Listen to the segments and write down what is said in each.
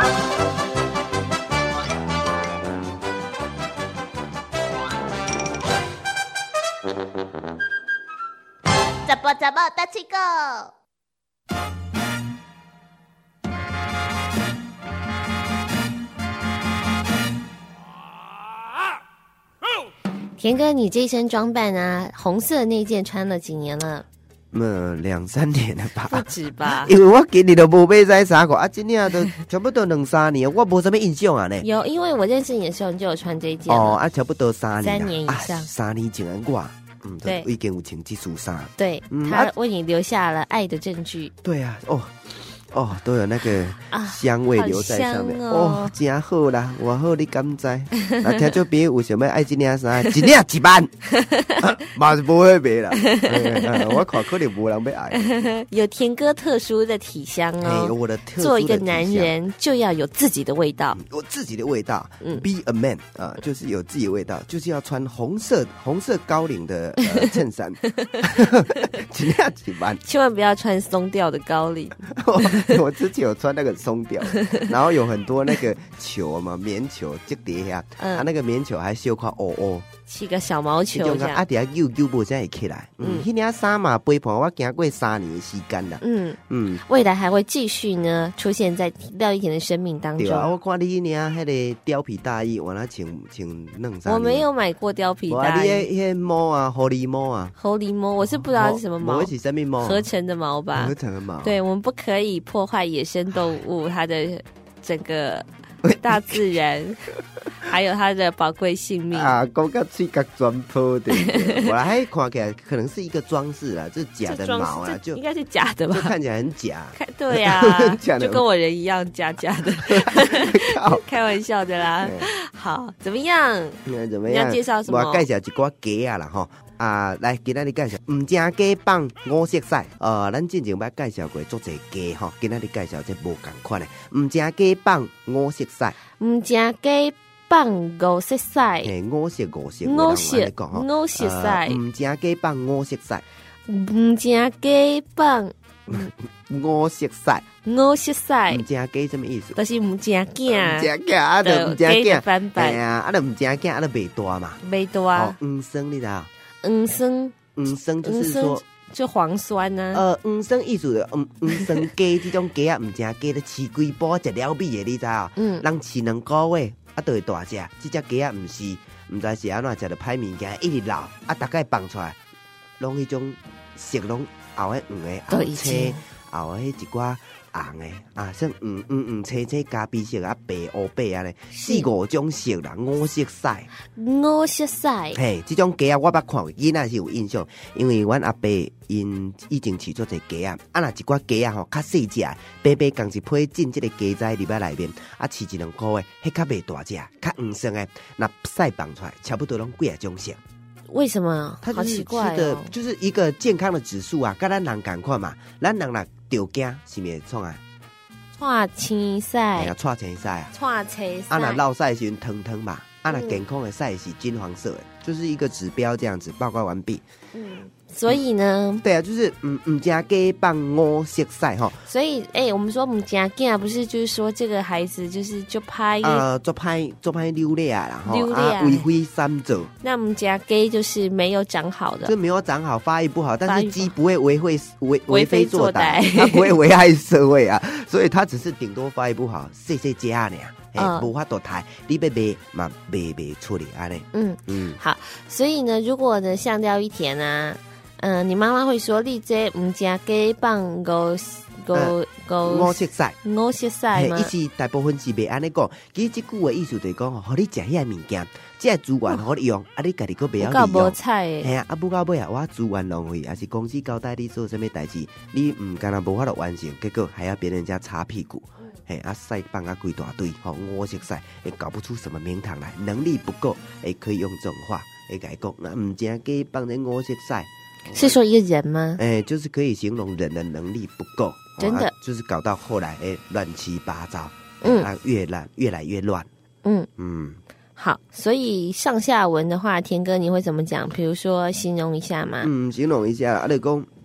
怎么大七狗？ 田哥，你这身装扮啊，红色的那件穿了几年了 ？2-3年了吧？ 不止吧？ 因为我今年都无买在衫裤啊，今年都差不多2-3年，我无什么印象啊呢。 有，因为我认识你的时候，你就有穿这一件哦啊，差不多3年 ，3年以上。 3年前的我， 对， 已经有穿这束衫。 对，他为你留下了爱的证据。 对啊，都有那个香味留在上面真好啦，我好你敢知？啊，听做朋友有想要爱这件衫，一领1万，嘛是不会买啦。我看可能无人要爱。 有田哥特殊的体香哦， 我的特殊的体香。 做一个男人就要有自己的味道， 有自己的味道。Be a man 啊，就是有自己的味道，就是要穿红色高领的衬衫，一领1万， 千万不要穿松掉的高领。 我之前有穿那个松掉，然后有很多那个球嘛，棉球积叠下，它那个棉球还绣块 7个小毛球这样， 啊，底下揪不才会起来。那件衫嘛，陪伴我行过3年的时间啦。 未来还会继续呢，出现在廖一田的生命当中。 对啊，我看你呢，那个貂皮大衣，我那穿弄啥？ 我没有买过貂皮大衣。 你那猫啊，狐狸猫啊， 狐狸猫，我是不知道是什么猫， 是什么猫？ 合成的毛吧？ 合成的毛。 对，我们不可以破坏野生动物它的整个大自然。还有它的宝贵性命啊！讲到嘴角钻破的，我还看起来可能是一个装饰啦，这是假的毛啦，就应该是假的吧？ 就看起来很假。 对呀，就跟我人一样假的，开玩笑的啦。好，怎么样？ 怎么样？ 你要介绍什么？ 我介绍一寡鸡啊啦吼。来，今仔日介绍唔正鸡棒5色赛。咱之前捌介绍过做一鸡吼，今仔日介绍这无同款的唔正鸡棒5色赛。 唔正鸡棒5色赛 ，5色 5色赛， 唔正鸡棒5色赛， 唔正鸡棒 5色赛 ，5色赛， 唔正鸡什么意思？ 就是唔正囝， 唔正囝啊，就唔正囝翻版， 哎呀，就唔正囝，就袂大嘛， 袂大。 黄酸你知道？ 黄酸就是说。 就黄酸呢？ 黄酸意思就黄酸鸡这种鸡啊，唔正鸡咧饲几波食了米的，你知道？人饲2个月啊，都会大只。这只鸡啊，唔知是安怎食着歹物件，一直老啊，大概放出来，拢迄种色拢后诶黄诶，后青，后诶一寡红诶啊，像青咖啡色啊，白乌白啊咧，4-5种色啦，5色赛。 5色赛， 嘿，这种鸡啊，我捌看过，囡仔是有印象，因为阮阿伯因以前饲做一鸡啊，若一寡鸡啊吼较细只，白白共一批进这个鸡仔入来内面，啊饲1-2个月，迄较袂大只，较黄色诶，那晒放出来，差不多拢几啊种色。 为什么？ 它就是好奇怪的，就是一个健康的指数啊，跟咱人同款嘛，咱人若着惊是咪创啊？ 串青赛， 哎呀，串青赛啊， 串青赛， 啊那落赛时汤汤嘛，啊那健康的赛是金黄色的，就是一个指标这样子。报告完毕。 所以呢， 对啊，就是唔正鸡棒5色赛哈。 所以我们说唔正鸡不是就是说这个孩子就拍做拍溜劣啦， 溜劣为非三者。 那唔正鸡就是没有长好的， 就没有长好，发育不好，但是鸡不会为非作歹，它不会危害社会啊，所以它只是顶多发育不好，细只尔。无法度抬，你要卖嘛卖出去安尼。 好，所以呢，如果呢像廖一田啊，你妈妈会说你这唔正鸡棒5 色赛 ，5色赛嘛， 意思大部分是袂安尼讲。其实这句话意思就是讲，互你食遐物件，这资源互你用，啊你家己佫袂晓利用。 无菜诶， 嘿啊，不到尾啊，我资源浪费，还是公司交代你做什么代志，你干那无法度完成，结果还要别人家擦屁股。嘿啊，晒棒啊，规大堆，5色赛，也搞不出什么名堂来，能力不够，可以用这种话来讲，那唔正鸡棒的5色赛， 是说一个人吗？ 就是可以形容人的能力不够， 真的， 就是搞到后来乱七八糟，越来越乱， 好，所以上下文的话，田哥你会怎么讲？比如说形容一下嘛？ 形容一下，就讲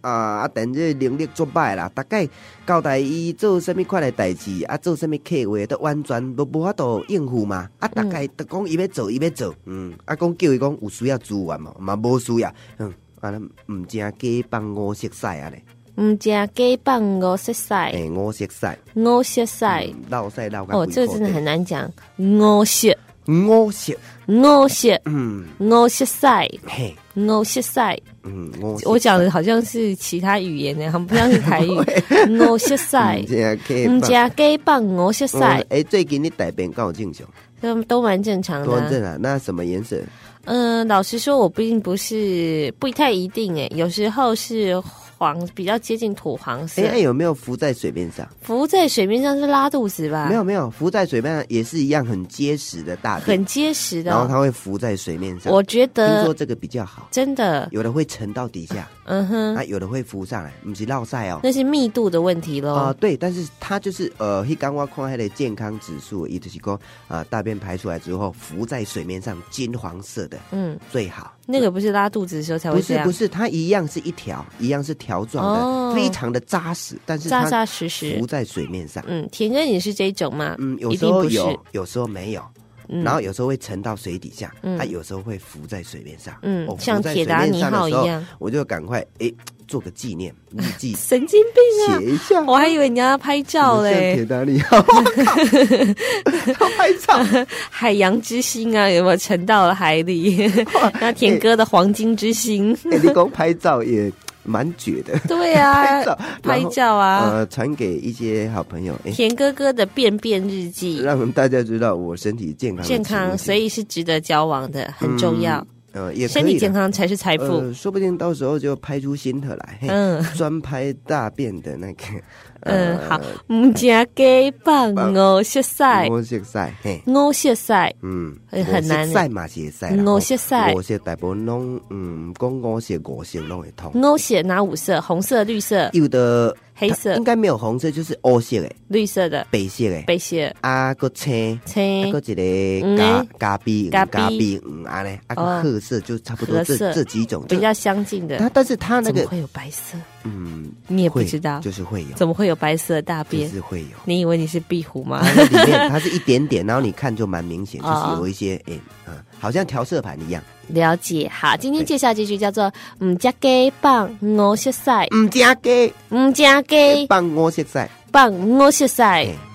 但这能力足歹啦，大概交代伊做什么款的代志，做什么客户都完全都无法度应付嘛。大概都讲伊要做，讲叫伊讲有需要资源嘛无需要，唔正假放五色赛啊咧。 唔正假放五色赛， 五色赛， 五色赛， 绕赛绕哦，这个真的很难讲，五色。 五色， 五色，五色赛， 嘿， 五色赛，我讲的好像是其他语言呢，很不像是台语。五色赛，唔加假放五色赛。 最近你大便够正常？ 都蛮正常的。 都正常。那什么颜色？ 老实说，我并不太一定有时候是黄，比较接近土黄色。 有没有浮在水面上？ 浮在水面上是拉肚子吧？ 没有，浮在水面上也是一样很结实的大便， 很结实的， 然后它会浮在水面上。 我觉得听说这个比较好， 真的， 有的会沉到底下，有的会浮上来，不是落晒哦， 那是密度的问题咯。 对，但是它就是迄刚我看那个健康指数，也就是说大便排出来之后浮在水面上金黄色的，最好。 那个不是拉肚子的时候才会这样？ 不是，它一样是一条，一样是条状的，非常的扎实，但是扎扎实实浮在水面上。 田哥也是这种吗？ 有时候有，有时候没有。然后有时候会沉到水底下，它有时候会浮在水面上， 像铁达尼号一样， 我就赶快做个纪念日记， 神经病啊， 写一下。 我还以为你要拍照嘞， 铁达尼号，要拍照， 海洋之心啊，有没有沉到了海里？那田哥的黄金之心， 你讲拍照也蛮绝的， 对啊，拍照啊， 传给一些好朋友。 田哥哥的便便日记， 让大家知道我身体健康， 所以是值得交往的，很重要。 也可以身体健康才是财富。 说不定到时候就拍出心得来，专拍大便的那个。 好，唔加假放五色赛， 五色赛， 五色赛，很难。 赛嘛是赛， 五色赛， 五色大部分拢，讲五色拢会通。 五色哪五色？红色、绿色， 有的黑色， 应该没有红色，就是黑色的、 绿色的、 白色的、 白色个青，个一个咖啡，安嘞，个褐色就差不多这几种比较相近的。 但是它那个怎么会有白色？你也不知道， 就是会有。 怎么会有白色的大便？ 就是会有。 你以为你是壁虎吗？ 那里面它是一点点，然后你看就蛮明显，就是有一些好像调色盘一样。 了解。好，今天介绍这句叫做“唔加假放五色赛”， 唔加假放五色赛， 放五色赛。